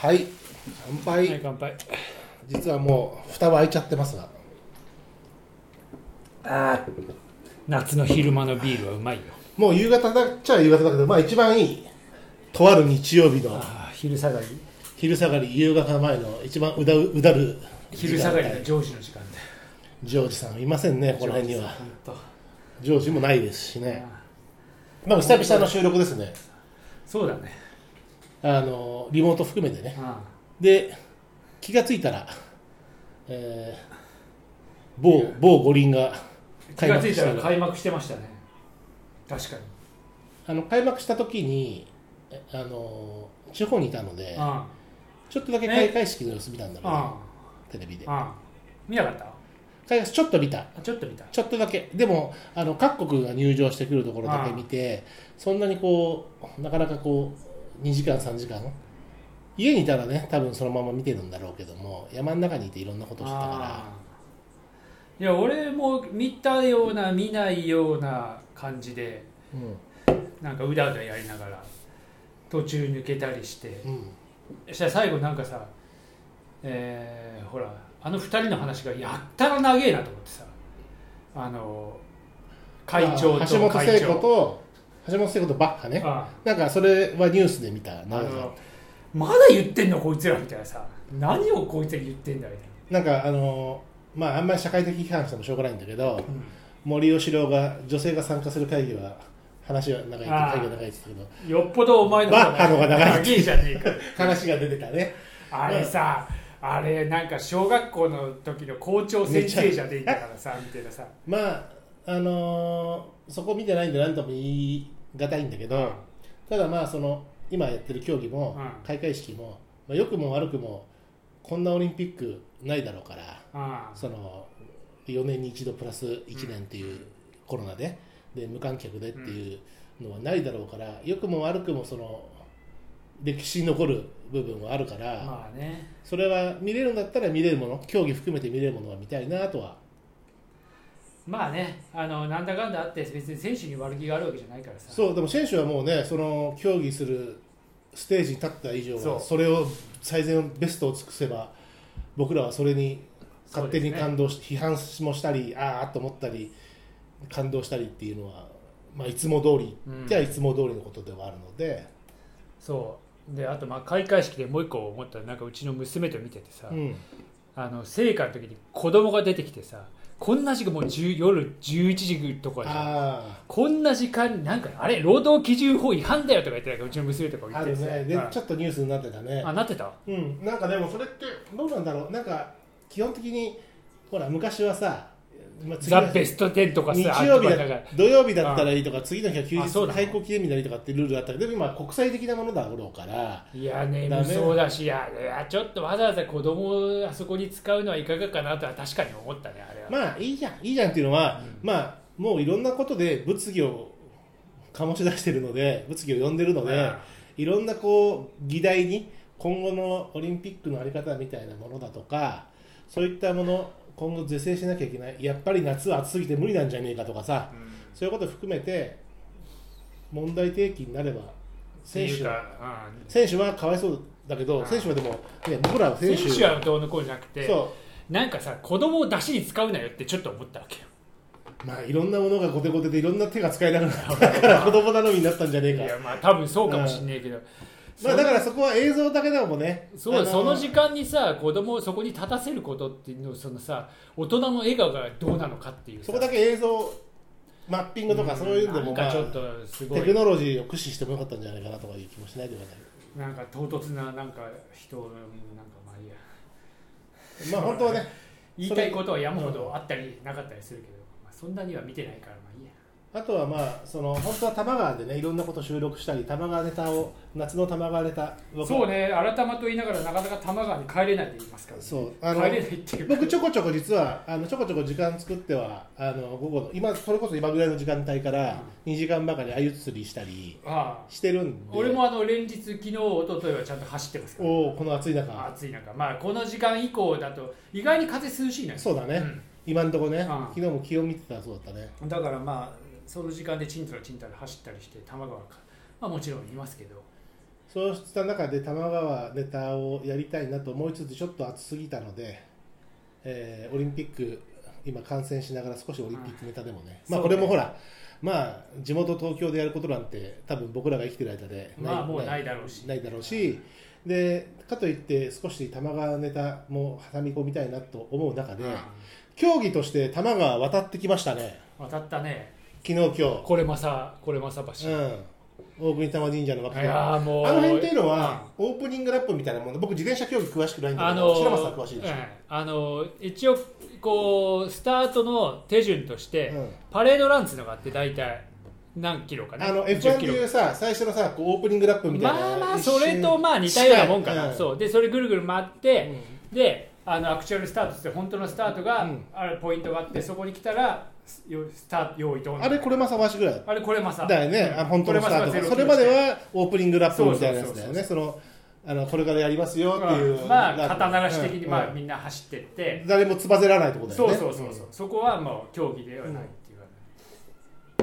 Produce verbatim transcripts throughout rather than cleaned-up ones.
はい乾杯、 はい、乾杯。 実はもう蓋は開いちゃってますが、 あ夏の昼間のビールはうまいよ。 もう夕方だっちゃ夕方だけど、まあ一番いいとある日曜日のあ昼下がり昼下がり夕方前の一番うだうだる昼下がりのジョージの時間でジョージさんいませんね、この辺には。ジョージもないですしね。まあ久々の収録ですね。 そうだね。 あのリモート含めてね。 ああで気がついたら、えー、某某五輪が気がついたら開幕してましたね。確かに。 あの開幕した時にあの地方にいたので、 ああちょっとだけ開会式の様子見たんだけど、 ああテレビで。 ああ見なかった？ 開会式ちょっと見た。 ちょっと見た。 ちょっとだけ。でもあの各国が入場してくるところだけ見て、そんなにこうなかなかこうにじかんさんじかん家にいたらね、多分そのまま見てるんだろうけども、山の中にいていろんなことをしてたから。 いや俺も見たような見ないような感じで、うん、なんかうだうだやりながら途中抜けたりして、うん、そしたら最後なんかさ、えー、ほらあのふたりの話がやったら長えなと思ってさ、あの会長と会長橋本聖子と橋本聖子とバッハね。ああなんかそれはニュースで見た。 あのまだ言ってんのこいつらみたいなさ、何をこいつら言ってんだみたいな。なんかあのまああんまり社会的批判してもしょうがないんだけど、うん、森喜朗が女性が参加する会議は話は長いって会議が長いって言ったけど、 よっぽどお前のバッハのが長いってじゃねえか話が出てたね。 あれさ、まあ、あれなんか小学校の時の校長先生じゃねえんだからさみたいなさ、 まああのー、そこ見てないんで何とも言い難いんだけど、うん、ただまあその今やってる競技も、うん、開会式も、まあ、良くも悪くもこんなオリンピックないだろうから、うん、そのよねんに一度プラスいちねんっていうコロナで、で無観客でっていうのはないだろうから、良くも悪くもその歴史に残る部分はあるから、 まあね、 それは見れるんだったら見れるもの、競技含めて見れるものは見たいなとは。 まあね、あのなんだかんだあって別に選手に悪気があるわけじゃないからさ。 そう、でも選手はもうね、その競技するステージに立った以上は そ, それを最善ベストを尽くせば、僕らはそれに勝手に感動し、ね、批判もしたり、ああと思ったり感動したりっていうのは、まあ、いつも通りじゃあいつも通りのことではあるので、うん、 そうで、あとまあ開会式でもう一個思ったら、なんかうちの娘と見ててさ、うん、あの聖火の時に子供が出てきてさ、こんな時間もう夜じゅういちじとかじゃん、こんな時間なんかあれ労働基準法違反だよとか言ってたから、うちの娘とか言ってさ、 あるね、で、ちょっとニュースになってたね。 あ、なってた。 うん、なんかでもそれってどうなんだろう、なんか基本的にほら昔はさ、 まあ、ザ・ベストテンとかさ、 日曜日だ土曜日だったらいいとか、次の日は休日開校記念日なりとかってルールだったけど、でも今国際的なものだろうから、 いや眠そうだし、いやちょっとわざわざ子供をあそこに使うのはいかがかなとは確かに思ったね、あれは。 まあいいじゃんいいじゃんっていうのは、うん、まあもういろんなことで物議を醸し出してるので、物議を呼んでるので、うん、いろんなこう議題に今後のオリンピックの在り方みたいなものだとか、そういったもの今後是正しなきゃいけない、やっぱり夏は暑すぎて無理なんじゃねえかとかさ、うん、そういうことを含めて問題提起になれば、選手は、うん、選手はかわいそうだけど、うん、選手はでも、ね、僕らは選手選手はどうのこうじゃなくて、そうなんかさ、子供を出しに使うなよってちょっと思ったわけよ。 まあいろんなものがコテコテでいろんな手が使えなくなったから子供頼みになったんじゃねえか。 いやまあ多分そうかもしれないけど、うん、 まあ、だからそこは映像だけでもね、 そう、あのー、その時間にさ子供をそこに立たせることっていうのを、そのさ大人の笑顔がどうなのかっていう、 そこだけ映像マッピングとかそういうのも、まあ、 ちょっとすごいテクノロジーを駆使してもよかったんじゃないかなとかいう気もしないではない。 なんか唐突ななんか人なんかまあいいや、まあ本当はね言いたいことは山ほどあったりなかったりするけど、まあ、そんなには見てないからまあいいや。 あとはまあその本当は多摩川でねいろんなこと収録したり、多摩川ネタを夏の多摩川ネタ、 そうね、改まと言いながらなかなか多摩川に帰れないって言いますから、ね、 そうあの帰れないっていう僕ちょこちょこ実はあのちょこちょこ時間作ってはあの午後の今それこそ今ぐらいの時間帯からにじかんばかり鮎釣りしたりしてるんで、 俺もあの連日昨日一昨日はちゃんと走ってますから、 おこの暑い中暑い中、まあこの時間以降だと意外に風涼しいね。 そうだね、うん、今のところね、うん、昨日も気温見てたらそうだったね。 だからまあその時間でチンタラチンタラ走ったりして多摩川か、まあ、もちろんいますけど、 そうした中で玉川ネタをやりたいなと思いつつちょっと暑すぎたので、えー、オリンピック今観戦しながら少しオリンピックネタでもね、うん、まあこれもほら、まあ地元東京でやることなんて多分僕らが生きてる間でまあもうないだろうしないだろうし、でかといって少し玉川ネタも挟み込みたいなと思う中で、うん、競技として玉川渡ってきましたね。 渡ったね。 昨日今日これまさこれまさ橋、 うん大国玉神社の枠いやもうあの辺っていうのは、うん、オープニングラップみたいなもので僕自転車競技詳しくないんだけど、白松さん詳しいでしょ、うん、 あの一応こうスタートの手順として、うん、パレードランっていうのがあって大体何キロかね、 あの エフワン でいうさ最初のさこうオープニングラップみたいな、 まあまあそれとまあ似たようなもんかな、うん、そうでそれぐるぐる回って、うん、であのアクチュアルスタートって本当のスタートが、うん、あるポイントがあってそこに来たらスタート用意とあれこれまさ橋ぐらいあれこれまさだよね、うん、あ本当のスタートそれまではオープニングラップみたいなやつだよね。そのあのこれからやりますよっていう、 うん、まあ肩流し的に、まあ、みんな走ってって、 誰もつばぜらないところだよね。 そうそうそうそう、うん、そこはもう競技ではないっていう、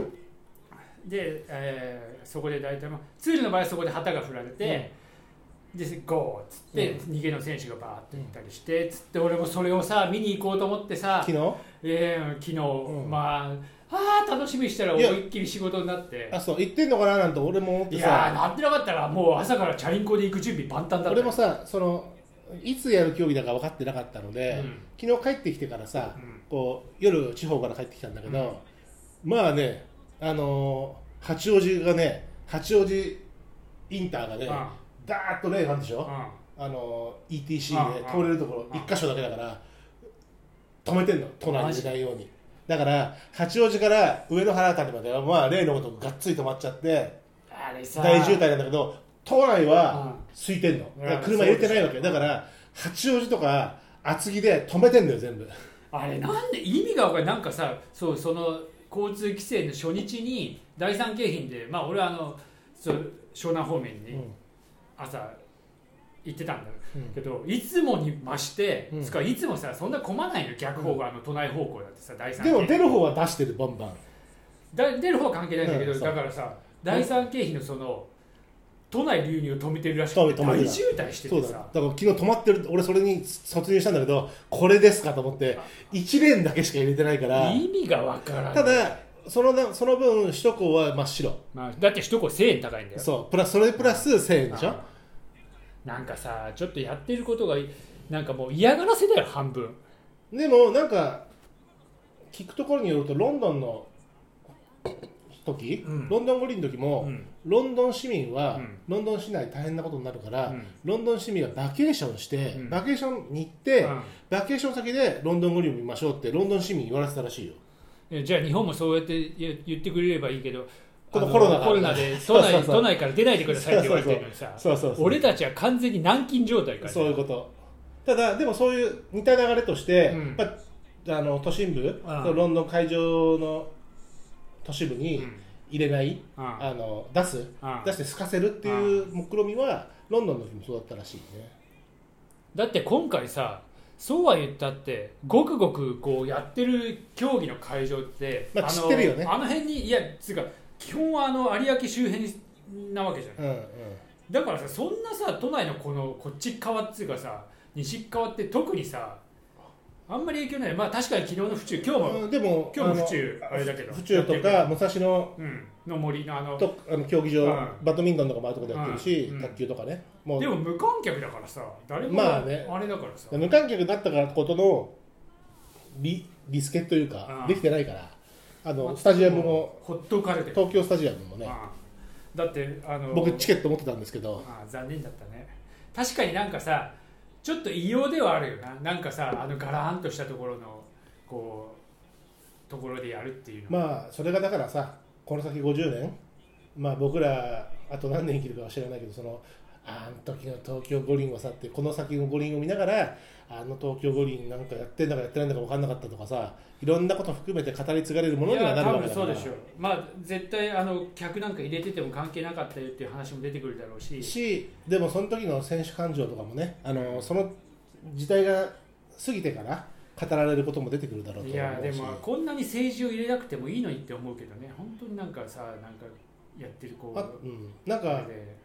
うん、で、えー、そこで大体、まあ、ツールの場合はそこで旗が振られて、うん、でゴーっつって、うん、逃げの選手がバーって行ったりしてつって俺もそれをさ見に行こうと思ってさ昨日、 えー、昨日、うん、まああ楽しみにしたら思いっきり仕事になってあそう行ってんのかななんて俺も思ってさいやーなってなかったらもう朝からチャリンコで行く準備万端だった。 俺もさそのいつやる競技だか分かってなかったので、うん、昨日帰ってきてからさ、うん、こう夜地方から帰ってきたんだけど、うん、まあねあのー、八王子がね八王子インターがね、うん、ダーッとレーンあるでしょ、うん、あのー、イーティーシー で通れるところいっ箇所だけだから止めてんの都内に出ないように。だから八王子から上野原辺りまではまあ例のごとくがっつり止まっちゃってあれさ大渋滞なんだけど都内は空いてんの、うん、車入れてないわけだから八王子とか厚木で止めてんだよ全部。 あれなんで意味が分かる。なんかさそうその交通規制の初日に第三京浜でまあ俺はあのそう湘南方面に朝行ってたんだけど、うん、いつもに増して、うん、つかいつもさそんな混まないの逆方が、うん、あの都内方向だってさ第三でも出る方は出してるバンバンだ出る方は関係ないんだけど、うん、だからさ第三京浜のその都内流入を止めてるらしくて大渋滞しててさ。 だから昨日止まってる俺それに突入したんだけどこれですかと思っていちレーンだけしか入れてないから意味がわからない。 ただそのその分首都高は真っ白、 まあ、だって首都高せんえん高いんだよ。 そうプラそれプラスせんえんでしょ。 なんかさちょっとやってることがなんかもう嫌がらせだよ半分。 でもなんか聞くところによるとロンドンの時、うん、ロンドン五輪の時も、うん、ロンドン市民は、うん、ロンドン市内大変なことになるから、うん、ロンドン市民はバケーションして、うん、バケーションに行って、バケーション先でロンドン五輪を見ましょうってロンドン市民言われてたらしいよ。 じゃあ日本もそうやって言ってくれればいいけどこのコロナコロナで都内、そうそうそう都内から出ないでくださいって言われてるのにさ俺たちは完全に軟禁状態から。 そういうこと。ただでもそういう似た流れとして、うんまあ、あの都心部ロンドン会場の都市部に入れない、うん、あの出す出して透かせるっていう目論みはロンドンの時もそうだったらしいね。 だって今回さそうは言ったってごくごくこうやってる競技の会場って、 まあ、知ってるよね。 あの辺にいやつうか基本はあの有明周辺なわけじゃない、うんうん、だからさそんなさ都内のこのこっち側っていうかさ西側って特にさあんまり影響ない。まあ確かに昨日の府中今日も、うん、でも今日も府中あれだけど府中とか武蔵野、 うん、の森のあのとあの競技場、うん、バドミントンとかもあるところでやってるし、うん、卓球とかねもうでも無観客だからさ誰も、 まあね、 あれだからさ無観客だったからことのリリスケというか、うん、できてないからあのスタジアムもほっとかれて東京スタジアムもね、 うん、だってあの僕チケット持ってたんですけどあ残念だったね。確かになんかさちょっと異様ではあるよな。なんかさあのガラーンとしたところのこうところでやるっていうのまあそれがだからさこの先ごじゅうねんまあ僕らあと何年生きるかは知らないけどそのあの時の東京五輪をさってこの先の五輪を見ながらあの東京五輪なんかやってんだかやってないんだか分かんなかったとかさいろんなこと含めて語り継がれるものにはなるわけだから。 そうでしょう。まあ絶対あの客なんか入れてても関係なかったよっていう話も出てくるだろうししでもその時の選手感情とかもねあのその時代が過ぎてから語られることも出てくるだろうと思うし。 いやでもこんなに政治を入れなくてもいいのにって思うけどね。本当になんかさなんかやってるこうあ、うん、なんか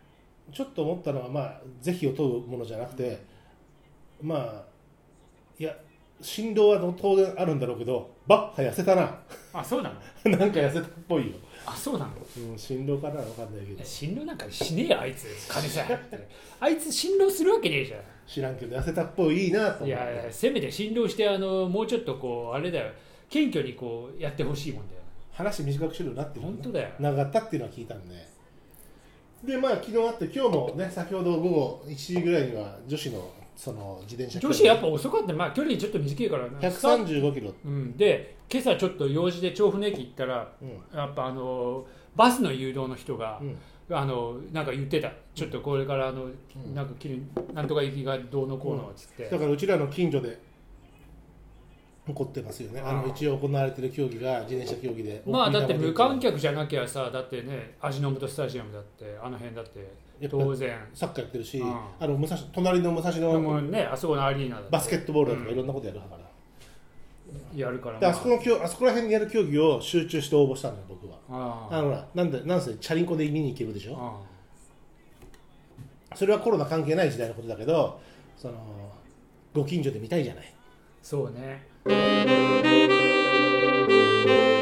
ちょっと思ったのは、まあ、是非を問うものじゃなくて、まあいや振動は当然あるんだろうけど、バッハ痩せたな。 あ、そうなのなんか痩せたっぽいよ。 あ、そうなの、 うん、振動かな、分かんないけど。 振動なんかしねえよあいつ、金さえ払ってあいつ振動するわけねえじゃん。 知らんけど痩せたっぽいいいなと思って。 いやいや、せめて振動してあのもうちょっとこうあれだよ、謙虚にこうやってほしいもんだよ。 話短くしるようになってる、ね、 本当だよ。 長かったっていうのは聞いたんで。でまあ昨日あって、今日もね、先ほど午後いちじぐらいには女子のその自転車女子やっぱ遅かった、まあ距離ちょっと短いからひゃくさんじゅうごキロ、 うん、で今朝ちょっと用事で調布の駅行ったら、うん、やっぱあのバスの誘導の人が、うん、あのなんか言ってた、ちょっとこれからあの、うん、なんかなんとか行きがどうのこうのっつって、うん、 だからうちらの近所で起こってますよね。あの一応行われてる競技が自転車競技で、 まあだって無観客じゃなきゃさ、だってね、味の素スタジアムだってあの辺だって当然サッカーやってるし、うん、あの武蔵隣の武蔵野もね、あそこのアリーナだバスケットボールとかいろんなことやるから、 うん、やるから、 まあ、あそこのあそこら辺にやる競技を集中して応募したんだよ僕は。ああのなんでなんせチャリンコで見に行けるでしょ。それはコロナ関係ない時代のことだけど、そのご近所で見たいじゃない。 そうね。